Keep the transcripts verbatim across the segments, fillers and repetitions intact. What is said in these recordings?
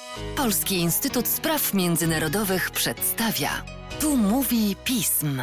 Polski Instytut Spraw Międzynarodowych przedstawia. Tu mówi pism.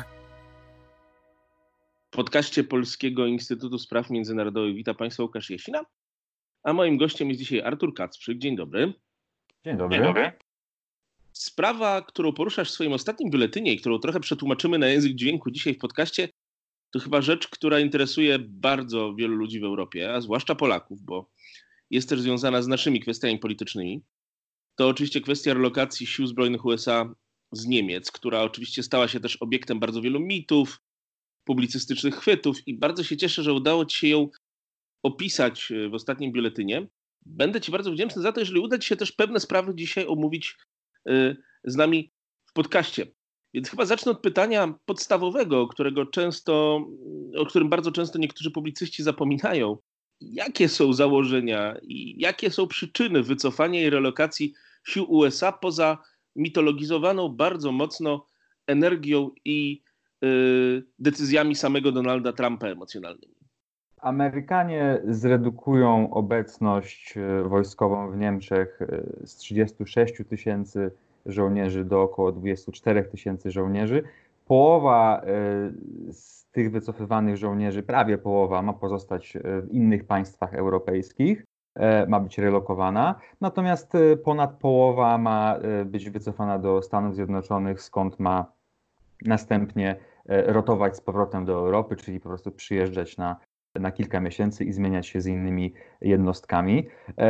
W podcaście Polskiego Instytutu Spraw Międzynarodowych witam Państwa Łukasz Jasina, a moim gościem jest dzisiaj Artur Kacprzyk. Dzień dobry. Dzień dobry. Dzień dobry. Sprawa, którą poruszasz w swoim ostatnim biuletynie i którą trochę przetłumaczymy na język dźwięku dzisiaj w podcaście, to chyba rzecz, która interesuje bardzo wielu ludzi w Europie, a zwłaszcza Polaków, bo jest też związana z naszymi kwestiami politycznymi. To oczywiście kwestia relokacji sił zbrojnych U S A z Niemiec, która oczywiście stała się też obiektem bardzo wielu mitów, publicystycznych chwytów i bardzo się cieszę, że udało Ci się ją opisać w ostatnim biuletynie. Będę Ci bardzo wdzięczny za to, jeżeli uda Ci się też pewne sprawy dzisiaj omówić y, z nami w podcaście. Więc chyba zacznę od pytania podstawowego, którego często, o którym bardzo często niektórzy publicyści zapominają. Jakie są założenia i jakie są przyczyny wycofania i relokacji sił U S A poza mitologizowaną bardzo mocno energią i y, decyzjami samego Donalda Trumpa emocjonalnymi? Amerykanie zredukują obecność wojskową w Niemczech z trzydziestu sześciu tysięcy żołnierzy do około dwudziestu czterech tysięcy żołnierzy. Połowa z tych wycofywanych żołnierzy, prawie połowa, ma pozostać w innych państwach europejskich, ma być relokowana. Natomiast ponad połowa ma być wycofana do Stanów Zjednoczonych, skąd ma następnie rotować z powrotem do Europy, czyli po prostu przyjeżdżać na, na kilka miesięcy i zmieniać się z innymi jednostkami.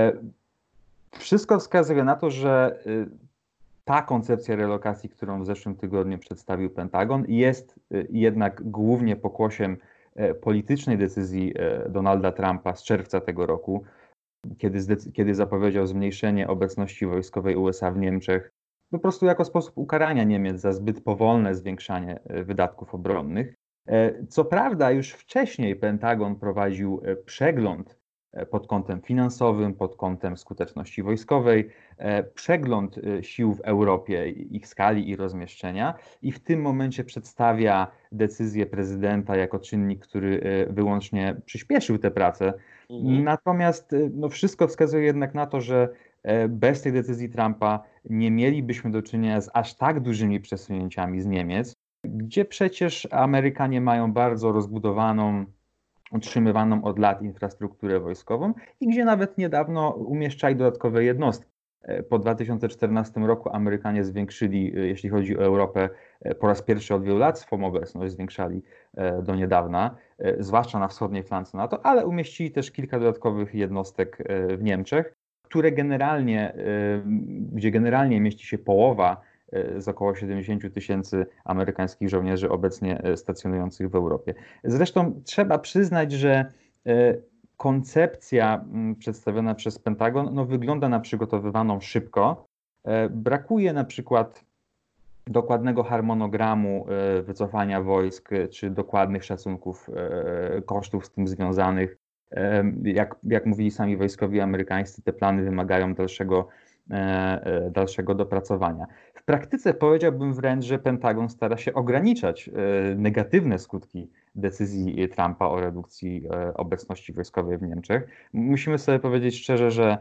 Wszystko wskazuje na to, że ta koncepcja relokacji, którą w zeszłym tygodniu przedstawił Pentagon, jest jednak głównie pokłosiem politycznej decyzji Donalda Trumpa z czerwca tego roku, kiedy, kiedy zapowiedział zmniejszenie obecności wojskowej U S A w Niemczech, po prostu jako sposób ukarania Niemiec za zbyt powolne zwiększanie wydatków obronnych. Co prawda już wcześniej Pentagon prowadził przegląd pod kątem finansowym, pod kątem skuteczności wojskowej, przegląd sił w Europie, ich skali i rozmieszczenia i w tym momencie przedstawia decyzję prezydenta jako czynnik, który wyłącznie przyspieszył tę pracę. Mhm. Natomiast no, wszystko wskazuje jednak na to, że bez tej decyzji Trumpa nie mielibyśmy do czynienia z aż tak dużymi przesunięciami z Niemiec, gdzie przecież Amerykanie mają bardzo rozbudowaną, utrzymywaną od lat infrastrukturę wojskową i gdzie nawet niedawno umieszczali dodatkowe jednostki. Po dwa tysiące czternastym roku Amerykanie zwiększyli, jeśli chodzi o Europę, po raz pierwszy od wielu lat swą obecność, zwiększali do niedawna, zwłaszcza na wschodniej flance NATO, ale umieścili też kilka dodatkowych jednostek w Niemczech, które generalnie, gdzie generalnie mieści się połowa z około siedemdziesięciu tysięcy amerykańskich żołnierzy obecnie stacjonujących w Europie. Zresztą trzeba przyznać, że koncepcja przedstawiona przez Pentagon no, wygląda na przygotowywaną szybko. Brakuje na przykład dokładnego harmonogramu wycofania wojsk, czy dokładnych szacunków kosztów z tym związanych. Jak, jak mówili sami wojskowi amerykańscy, te plany wymagają dalszego, dalszego dopracowania. W praktyce powiedziałbym wręcz, że Pentagon stara się ograniczać negatywne skutki decyzji Trumpa o redukcji obecności wojskowej w Niemczech. Musimy sobie powiedzieć szczerze, że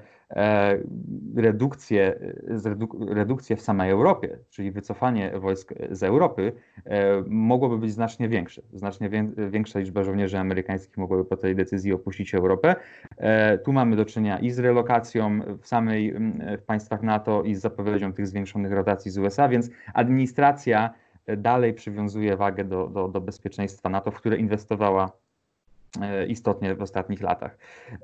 redukcje, redukcje w samej Europie, czyli wycofanie wojsk z Europy, mogłoby być znacznie większe. Znacznie większa liczba żołnierzy amerykańskich mogłaby po tej decyzji opuścić Europę. Tu mamy do czynienia i z relokacją w samej w państwach NATO i z zapowiedzią tych zwiększonych rotacji z U S A, więc administracja dalej przywiązuje wagę do, do, do bezpieczeństwa NATO, w które inwestowała istotnie w ostatnich latach.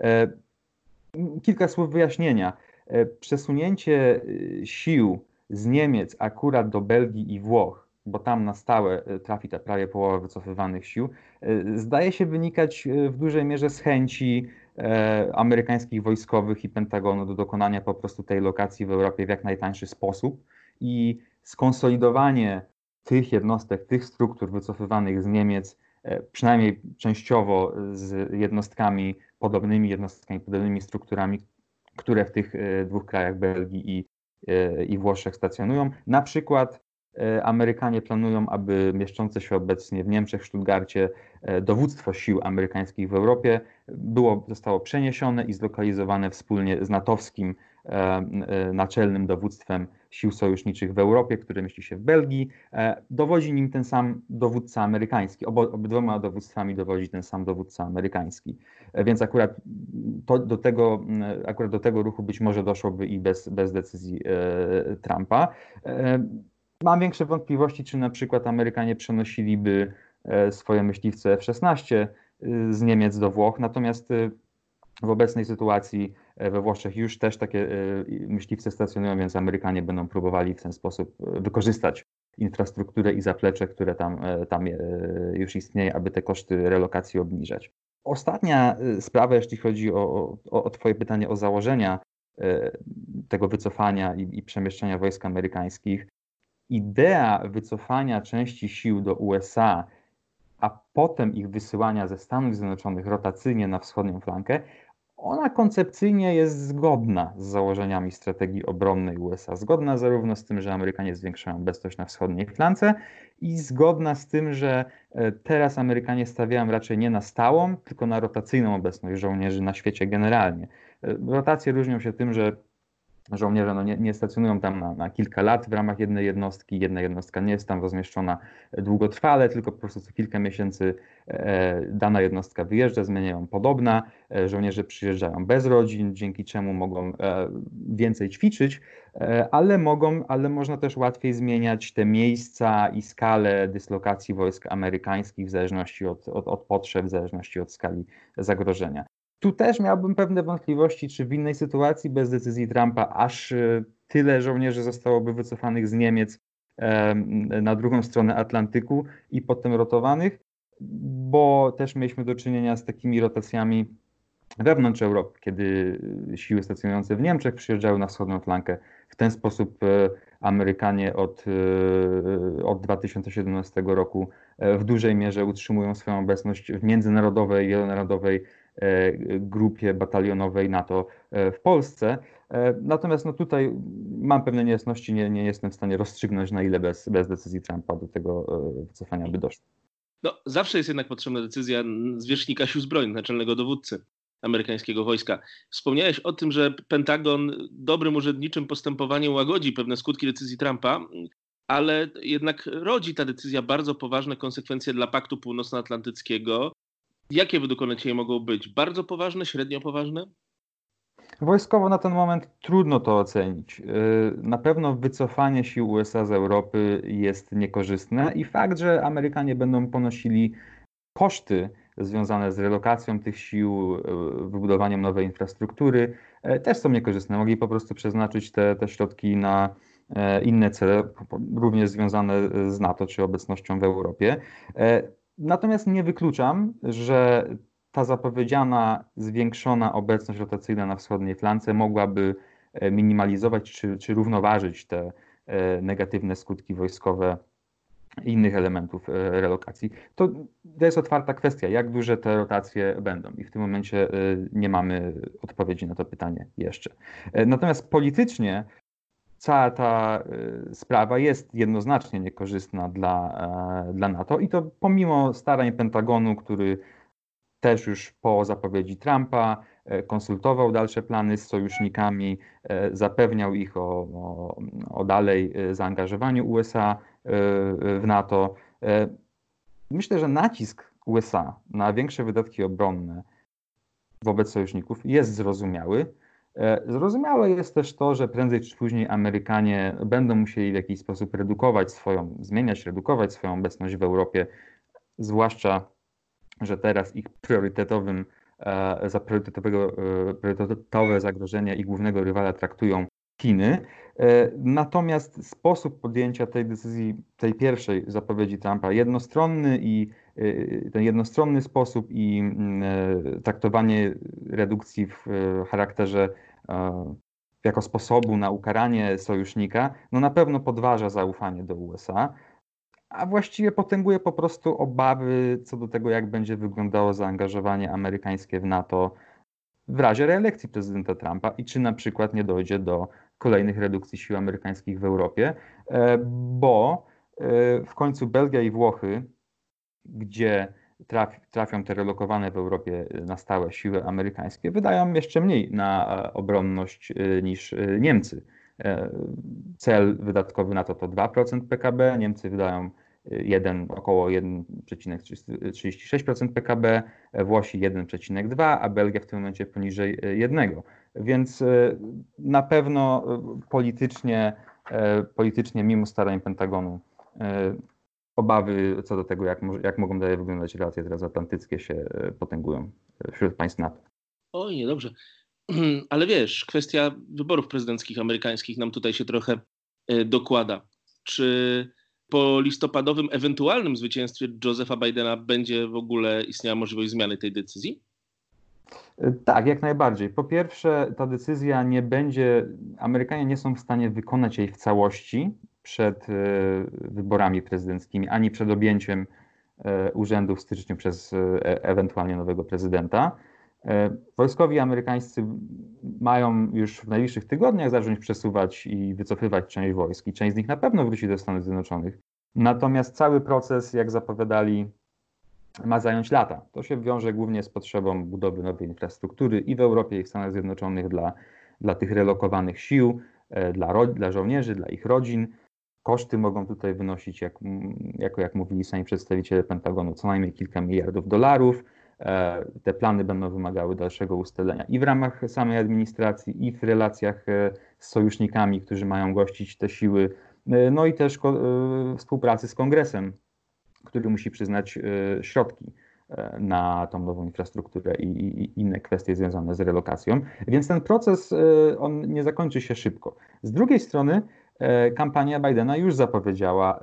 Kilka słów wyjaśnienia. Przesunięcie sił z Niemiec akurat do Belgii i Włoch, bo tam na stałe trafi ta prawie połowa wycofywanych sił, zdaje się wynikać w dużej mierze z chęci amerykańskich wojskowych i Pentagonu do dokonania po prostu tej lokacji w Europie w jak najtańszy sposób i skonsolidowanie tych jednostek, tych struktur wycofywanych z Niemiec, przynajmniej częściowo z jednostkami podobnymi, jednostkami podobnymi strukturami, które w tych dwóch krajach, Belgii i, i Włoszech, stacjonują. Na przykład Amerykanie planują, aby mieszczące się obecnie w Niemczech, w Stuttgarcie, dowództwo sił amerykańskich w Europie było, zostało przeniesione i zlokalizowane wspólnie z natowskim naczelnym dowództwem sił sojuszniczych w Europie, który mieści się w Belgii. Dowodzi nim ten sam dowódca amerykański. Obo, obydwoma dowództwami dowodzi ten sam dowódca amerykański. Więc akurat, to, do, tego, akurat do tego ruchu być może doszłoby i bez, bez decyzji Trumpa. Mam większe wątpliwości, czy na przykład Amerykanie przenosiliby swoje myśliwce F szesnaście z Niemiec do Włoch, natomiast w obecnej sytuacji we Włoszech już też takie myśliwce stacjonują, więc Amerykanie będą próbowali w ten sposób wykorzystać infrastrukturę i zaplecze, które tam, tam już istnieje, aby te koszty relokacji obniżać. Ostatnia sprawa, jeśli chodzi o, o, o Twoje pytanie o założenia tego wycofania i, i przemieszczenia wojsk amerykańskich. Idea wycofania części sił do U S A, a potem ich wysyłania ze Stanów Zjednoczonych rotacyjnie na wschodnią flankę, ona koncepcyjnie jest zgodna z założeniami strategii obronnej U S A. Zgodna zarówno z tym, że Amerykanie zwiększają obecność na wschodniej flance i zgodna z tym, że teraz Amerykanie stawiają raczej nie na stałą, tylko na rotacyjną obecność żołnierzy na świecie generalnie. Rotacje różnią się tym, że żołnierze no nie, nie stacjonują tam na, na kilka lat w ramach jednej jednostki. Jedna jednostka nie jest tam rozmieszczona długotrwale, tylko po prostu co kilka miesięcy e, dana jednostka wyjeżdża, zmieniają podobna. E, żołnierze przyjeżdżają bez rodzin, dzięki czemu mogą e, więcej ćwiczyć, e, ale mogą, ale można też łatwiej zmieniać te miejsca i skalę dyslokacji wojsk amerykańskich w zależności od, od, od potrzeb, w zależności od skali zagrożenia. Tu też miałbym pewne wątpliwości, czy w innej sytuacji bez decyzji Trumpa aż tyle żołnierzy zostałoby wycofanych z Niemiec na drugą stronę Atlantyku i potem rotowanych, bo też mieliśmy do czynienia z takimi rotacjami wewnątrz Europy, kiedy siły stacjonujące w Niemczech przyjeżdżały na wschodnią flankę. W ten sposób Amerykanie od, od dwa tysiące siedemnastego roku w dużej mierze utrzymują swoją obecność w międzynarodowej, wielonarodowej grupie batalionowej NATO w Polsce. Natomiast no tutaj mam pewne niejasności, nie, nie jestem w stanie rozstrzygnąć, na ile bez, bez decyzji Trumpa do tego wycofania by doszło. No, zawsze jest jednak potrzebna decyzja zwierzchnika sił zbrojnych, naczelnego dowódcy amerykańskiego wojska. Wspomniałeś o tym, że Pentagon dobrym urzędniczym postępowaniem łagodzi pewne skutki decyzji Trumpa, ale jednak rodzi ta decyzja bardzo poważne konsekwencje dla Paktu Północnoatlantyckiego. Jakie według Ciebie mogą być? Bardzo poważne, średnio poważne? Wojskowo na ten moment trudno to ocenić. Na pewno wycofanie sił U S A z Europy jest niekorzystne i fakt, że Amerykanie będą ponosili koszty związane z relokacją tych sił, wybudowaniem nowej infrastruktury, też są niekorzystne. Mogli po prostu przeznaczyć te, te środki na inne cele, również związane z NATO czy obecnością w Europie. Natomiast nie wykluczam, że ta zapowiedziana zwiększona obecność rotacyjna na wschodniej flance mogłaby minimalizować czy, czy równoważyć te negatywne skutki wojskowe innych elementów relokacji. To, to jest otwarta kwestia, jak duże te rotacje będą i w tym momencie nie mamy odpowiedzi na to pytanie jeszcze. Natomiast politycznie cała ta sprawa jest jednoznacznie niekorzystna dla, dla NATO i to pomimo starań Pentagonu, który też już po zapowiedzi Trumpa konsultował dalsze plany z sojusznikami, zapewniał ich o, o, o dalej zaangażowaniu U S A w NATO. Myślę, że nacisk U S A na większe wydatki obronne wobec sojuszników jest zrozumiały. Zrozumiałe jest też to, że prędzej czy później Amerykanie będą musieli w jakiś sposób redukować swoją, zmieniać, redukować swoją obecność w Europie, zwłaszcza że teraz ich priorytetowym, za priorytetowego, priorytetowe zagrożenia i głównego rywala traktują Chiny. Natomiast sposób podjęcia tej decyzji, tej pierwszej zapowiedzi Trumpa, jednostronny i ten jednostronny sposób i traktowanie redukcji w charakterze jako sposobu na ukaranie sojusznika, no na pewno podważa zaufanie do U S A. A właściwie potęguje po prostu obawy co do tego, jak będzie wyglądało zaangażowanie amerykańskie w NATO w razie reelekcji prezydenta Trumpa i czy na przykład nie dojdzie do kolejnych redukcji sił amerykańskich w Europie, bo w końcu Belgia i Włochy, gdzie traf, trafią te relokowane w Europie na stałe siły amerykańskie, wydają jeszcze mniej na obronność niż Niemcy. Cel wydatkowy NATO to dwa procent P K B, Niemcy wydają jeden, około jeden przecinek trzydzieści sześć procent P K B, Włosi jeden przecinek dwa, a Belgia w tym momencie poniżej jednego. Więc na pewno politycznie, politycznie mimo starań Pentagonu obawy co do tego, jak, jak mogą dalej wyglądać relacje transatlantyckie, się potęgują wśród państw NATO. Oj, niedobrze. Ale wiesz, kwestia wyborów prezydenckich amerykańskich nam tutaj się trochę dokłada. Czy po listopadowym ewentualnym zwycięstwie Josepha Bidena będzie w ogóle istniała możliwość zmiany tej decyzji? Tak, jak najbardziej. Po pierwsze, ta decyzja nie będzie, Amerykanie nie są w stanie wykonać jej w całości przed wyborami prezydenckimi, ani przed objęciem urzędu w styczniu przez ewentualnie nowego prezydenta. Wojskowi amerykańscy mają już w najbliższych tygodniach zacząć przesuwać i wycofywać część wojsk i część z nich na pewno wróci do Stanów Zjednoczonych. Natomiast cały proces, jak zapowiadali, ma zająć lata. To się wiąże głównie z potrzebą budowy nowej infrastruktury i w Europie, i w Stanach Zjednoczonych dla, dla tych relokowanych sił, dla, dla żołnierzy, dla ich rodzin. Koszty mogą tutaj wynosić, jak, jako jak mówili sami przedstawiciele Pentagonu, co najmniej kilka miliardów dolarów. Te plany będą wymagały dalszego ustalenia i w ramach samej administracji, i w relacjach z sojusznikami, którzy mają gościć te siły, no i też współpracy z Kongresem, który musi przyznać środki na tą nową infrastrukturę i, i inne kwestie związane z relokacją. Więc ten proces on nie zakończy się szybko. Z drugiej strony kampania Bidena już zapowiedziała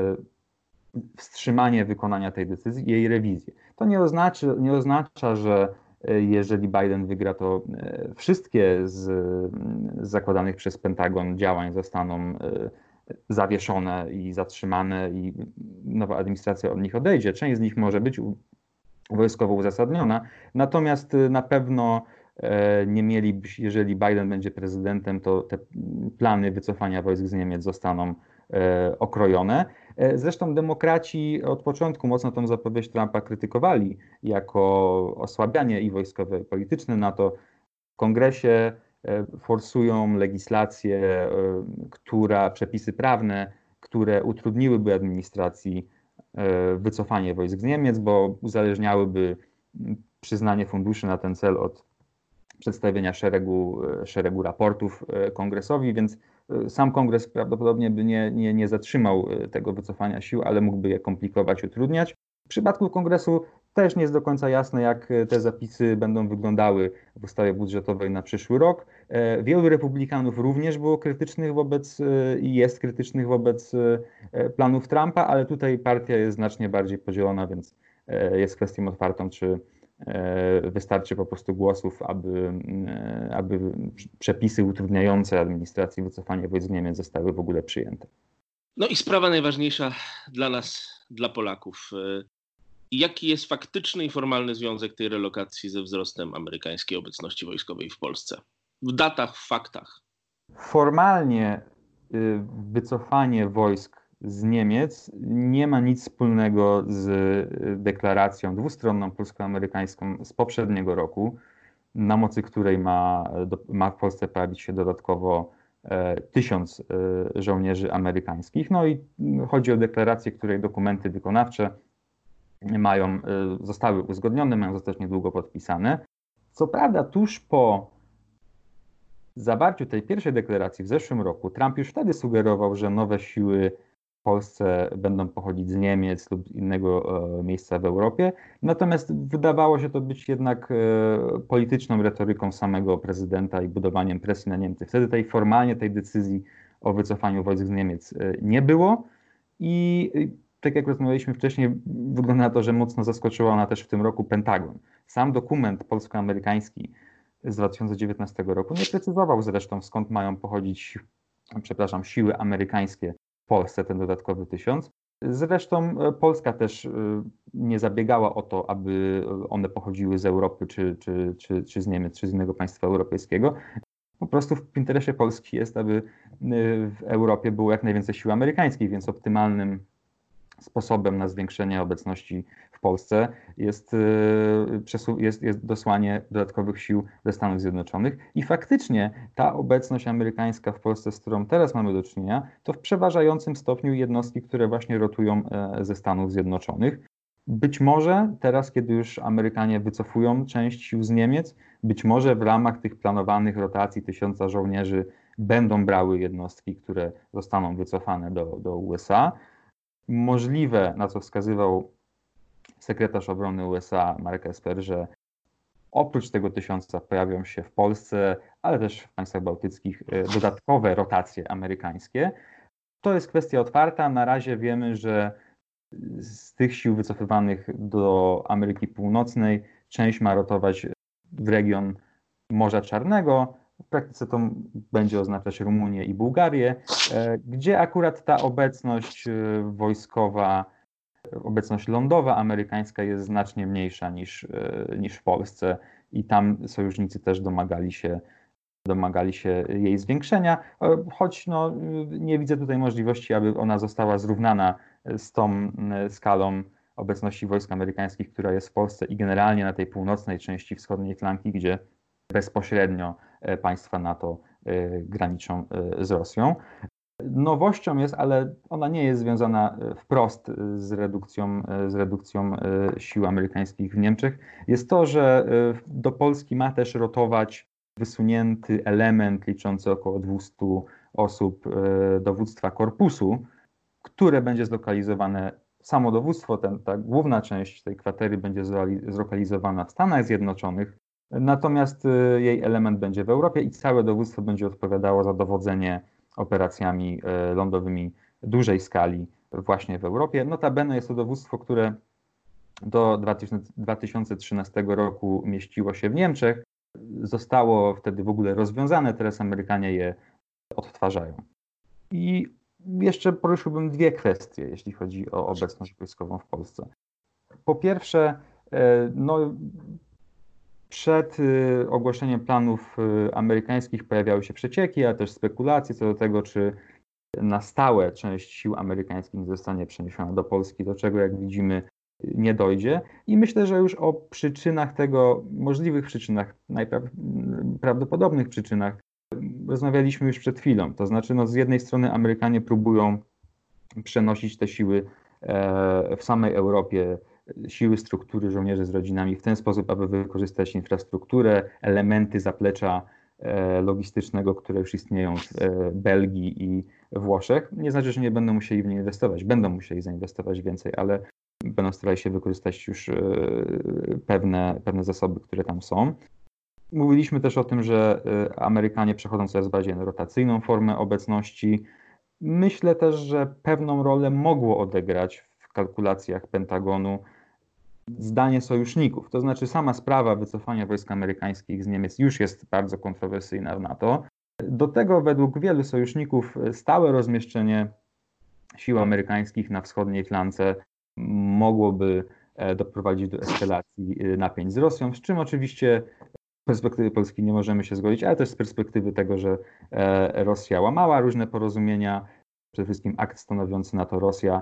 wstrzymanie wykonania tej decyzji i jej rewizję. To nie oznacza, nie oznacza, że jeżeli Biden wygra, to wszystkie z, z zakładanych przez Pentagon działań zostaną zawieszone i zatrzymane i nowa administracja od nich odejdzie. Część z nich może być wojskowo uzasadniona, natomiast na pewno nie mieli, jeżeli Biden będzie prezydentem, to te plany wycofania wojsk z Niemiec zostaną okrojone. Zresztą demokraci od początku mocno tą zapowiedź Trumpa krytykowali jako osłabianie i wojskowe, i polityczne NATO. W Kongresie forsują legislację, która, przepisy prawne, które utrudniłyby administracji wycofanie wojsk z Niemiec, bo uzależniałyby przyznanie funduszy na ten cel od przedstawienia szeregu, szeregu raportów kongresowi, więc sam kongres prawdopodobnie by nie, nie, nie zatrzymał tego wycofania sił, ale mógłby je komplikować, utrudniać. W przypadku kongresu też nie jest do końca jasne, jak te zapisy będą wyglądały w ustawie budżetowej na przyszły rok. Wielu republikanów również było krytycznych wobec i jest krytycznych wobec planów Trumpa, ale tutaj partia jest znacznie bardziej podzielona, więc jest kwestią otwartą, czy wystarczy po prostu głosów, aby, aby przepisy utrudniające administracji wycofanie wojsk z Niemiec zostały w ogóle przyjęte. No i sprawa najważniejsza dla nas, dla Polaków. Jaki jest faktyczny i formalny związek tej relokacji ze wzrostem amerykańskiej obecności wojskowej w Polsce? W datach, w faktach. Formalnie wycofanie wojsk z Niemiec nie ma nic wspólnego z deklaracją dwustronną polsko-amerykańską z poprzedniego roku, na mocy której ma, ma w Polsce pojawić się dodatkowo tysiąc żołnierzy amerykańskich. No i chodzi o deklarację, której dokumenty wykonawcze mają, zostały uzgodnione, mają zostać niedługo podpisane. Co prawda tuż po zawarciu tej pierwszej deklaracji w zeszłym roku Trump już wtedy sugerował, że nowe siły w Polsce będą pochodzić z Niemiec lub innego miejsca w Europie. Natomiast wydawało się to być jednak polityczną retoryką samego prezydenta i budowaniem presji na Niemcy. Wtedy tej formalnie tej decyzji o wycofaniu wojsk z Niemiec nie było i tak jak rozmawialiśmy wcześniej, wygląda na to, że mocno zaskoczyła ona też w tym roku Pentagon. Sam dokument polsko-amerykański z dwa tysiące dziewiętnastego roku nie precyzował zresztą, skąd mają pochodzić, przepraszam, siły amerykańskie w Polsce, ten dodatkowy tysiąc. Zresztą Polska też nie zabiegała o to, aby one pochodziły z Europy, czy, czy, czy, czy z Niemiec, czy z innego państwa europejskiego. Po prostu w interesie Polski jest, aby w Europie było jak najwięcej sił amerykańskich, więc optymalnym sposobem na zwiększenie obecności w Polsce jest, jest, jest dosłanie dodatkowych sił ze Stanów Zjednoczonych i faktycznie ta obecność amerykańska w Polsce, z którą teraz mamy do czynienia, to w przeważającym stopniu jednostki, które właśnie rotują ze Stanów Zjednoczonych. Być może teraz, kiedy już Amerykanie wycofują część sił z Niemiec, być może w ramach tych planowanych rotacji tysiąca żołnierzy będą brały jednostki, które zostaną wycofane do, do U S A. Możliwe, na co wskazywał sekretarz obrony U S A Mark Esper, że oprócz tego tysiąca pojawią się w Polsce, ale też w państwach bałtyckich dodatkowe rotacje amerykańskie. To jest kwestia otwarta. Na razie wiemy, że z tych sił wycofywanych do Ameryki Północnej część ma rotować w region Morza Czarnego. W praktyce to będzie oznaczać Rumunię i Bułgarię, gdzie akurat ta obecność wojskowa, obecność lądowa amerykańska jest znacznie mniejsza niż, niż w Polsce i tam sojusznicy też domagali się, domagali się jej zwiększenia, choć no, nie widzę tutaj możliwości, aby ona została zrównana z tą skalą obecności wojsk amerykańskich, która jest w Polsce i generalnie na tej północnej części wschodniej flanki, gdzie bezpośrednio państwa NATO graniczą z Rosją. Nowością jest, ale ona nie jest związana wprost z redukcją, z redukcją sił amerykańskich w Niemczech, jest to, że do Polski ma też rotować wysunięty element liczący około dwieście osób dowództwa korpusu, które będzie zlokalizowane, samo dowództwo, ten, ta główna część tej kwatery będzie zlokalizowana w Stanach Zjednoczonych, natomiast jej element będzie w Europie i całe dowództwo będzie odpowiadało za dowodzenie operacjami lądowymi dużej skali właśnie w Europie. Notabene jest to dowództwo, które do dwa tysiące trzynastego roku mieściło się w Niemczech. Zostało wtedy w ogóle rozwiązane, teraz Amerykanie je odtwarzają. I jeszcze poruszyłbym dwie kwestie, jeśli chodzi o obecność wojskową w Polsce. Po pierwsze, no, przed ogłoszeniem planów amerykańskich pojawiały się przecieki, ale też spekulacje co do tego, czy na stałe część sił amerykańskich zostanie przeniesiona do Polski, do czego, jak widzimy, nie dojdzie. I myślę, że już o przyczynach tego, możliwych przyczynach, najprawdopodobnych przyczynach rozmawialiśmy już przed chwilą. To znaczy, no, z jednej strony Amerykanie próbują przenosić te siły w samej Europie, siły struktury żołnierzy z rodzinami w ten sposób, aby wykorzystać infrastrukturę, elementy zaplecza logistycznego, które już istnieją w Belgii i Włoszech. Nie znaczy, że nie będą musieli w nie inwestować. Będą musieli zainwestować więcej, ale będą starali się wykorzystać już pewne, pewne zasoby, które tam są. Mówiliśmy też o tym, że Amerykanie przechodzą coraz bardziej na rotacyjną formę obecności. Myślę też, że pewną rolę mogło odegrać w kalkulacjach Pentagonu zdanie sojuszników. To znaczy sama sprawa wycofania wojsk amerykańskich z Niemiec już jest bardzo kontrowersyjna w NATO. Do tego według wielu sojuszników stałe rozmieszczenie sił amerykańskich na wschodniej flance mogłoby doprowadzić do eskalacji napięć z Rosją, z czym oczywiście z perspektywy Polski nie możemy się zgodzić, ale też z perspektywy tego, że Rosja łamała różne porozumienia, przede wszystkim akt stanowiący NATO-Rosja,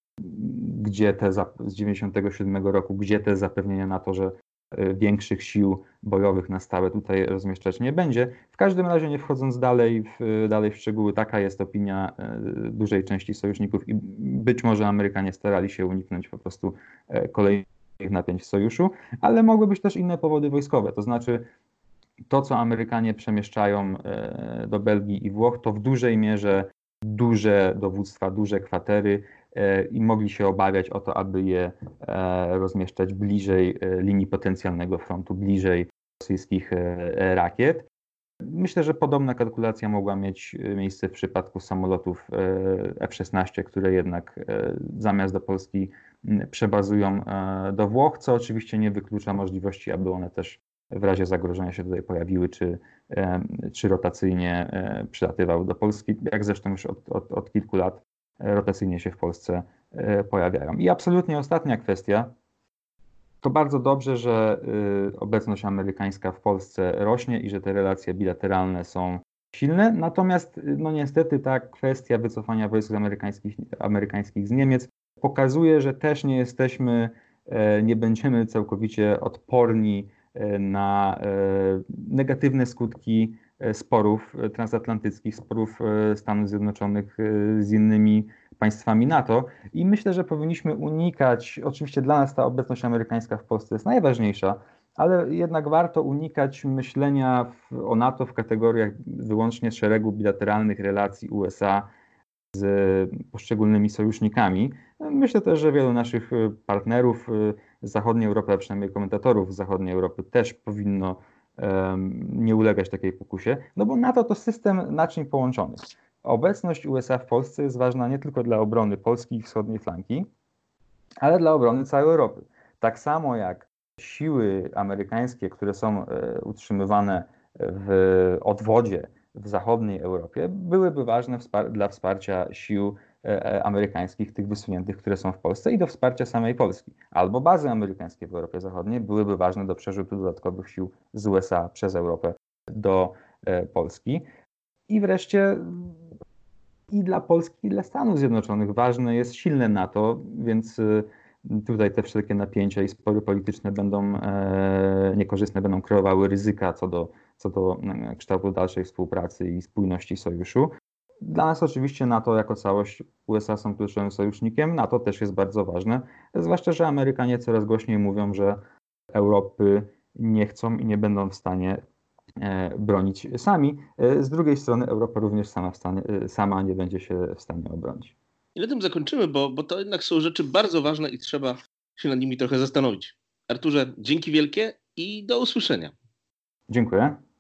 gdzie te z dziewięćdziesiątego siódmego roku, gdzie te zapewnienia na to, że większych sił bojowych na stałe tutaj rozmieszczać nie będzie. W każdym razie, nie wchodząc dalej w, dalej w szczegóły, taka jest opinia dużej części sojuszników i być może Amerykanie starali się uniknąć po prostu kolejnych napięć w sojuszu, ale mogły być też inne powody wojskowe, to znaczy to, co Amerykanie przemieszczają do Belgii i Włoch, to w dużej mierze duże dowództwa, duże kwatery i mogli się obawiać o to, aby je rozmieszczać bliżej linii potencjalnego frontu, bliżej rosyjskich rakiet. Myślę, że podobna kalkulacja mogła mieć miejsce w przypadku samolotów F szesnaście, które jednak zamiast do Polski przebazują do Włoch, co oczywiście nie wyklucza możliwości, aby one też w razie zagrożenia się tutaj pojawiły, czy, czy rotacyjnie przylatywały do Polski, jak zresztą już od, od, od kilku lat rotacyjnie się w Polsce pojawiają. I absolutnie ostatnia kwestia. To bardzo dobrze, że obecność amerykańska w Polsce rośnie i że te relacje bilateralne są silne. Natomiast no niestety ta kwestia wycofania wojsk amerykańskich, amerykańskich z Niemiec pokazuje, że też nie jesteśmy, nie będziemy całkowicie odporni na negatywne skutki sporów transatlantyckich, sporów Stanów Zjednoczonych z innymi państwami NATO i myślę, że powinniśmy unikać, oczywiście dla nas ta obecność amerykańska w Polsce jest najważniejsza, ale jednak warto unikać myślenia w, o NATO w kategoriach wyłącznie szeregu bilateralnych relacji U S A z poszczególnymi sojusznikami. Myślę też, że wielu naszych partnerów z zachodniej Europy, a przynajmniej komentatorów z zachodniej Europy też powinno um, nie ulegać takiej pokusie, no bo NATO to system naczyń połączonych. Obecność U S A w Polsce jest ważna nie tylko dla obrony Polski i wschodniej flanki, ale dla obrony całej Europy. Tak samo jak siły amerykańskie, które są e, utrzymywane w odwodzie w zachodniej Europie, byłyby ważne wspar- dla wsparcia sił e, amerykańskich, tych wysuniętych, które są w Polsce i do wsparcia samej Polski. Albo bazy amerykańskie w Europie Zachodniej byłyby ważne do przerzutu dodatkowych sił z U S A przez Europę do e, Polski. I wreszcie i dla Polski, i dla Stanów Zjednoczonych ważne jest silne NATO, więc tutaj te wszelkie napięcia i spory polityczne będą e, niekorzystne, będą kreowały ryzyka co do, co do kształtu dalszej współpracy i spójności sojuszu. Dla nas oczywiście NATO jako całość, U S A są kluczowym sojusznikiem, NATO też jest bardzo ważne, zwłaszcza, że Amerykanie coraz głośniej mówią, że Europy nie chcą i nie będą w stanie bronić sami. Z drugiej strony Europa również sama, w stanie, sama nie będzie się w stanie obronić. I na tym zakończymy, bo, bo to jednak są rzeczy bardzo ważne i trzeba się nad nimi trochę zastanowić. Arturze, dzięki wielkie i do usłyszenia. Dziękuję.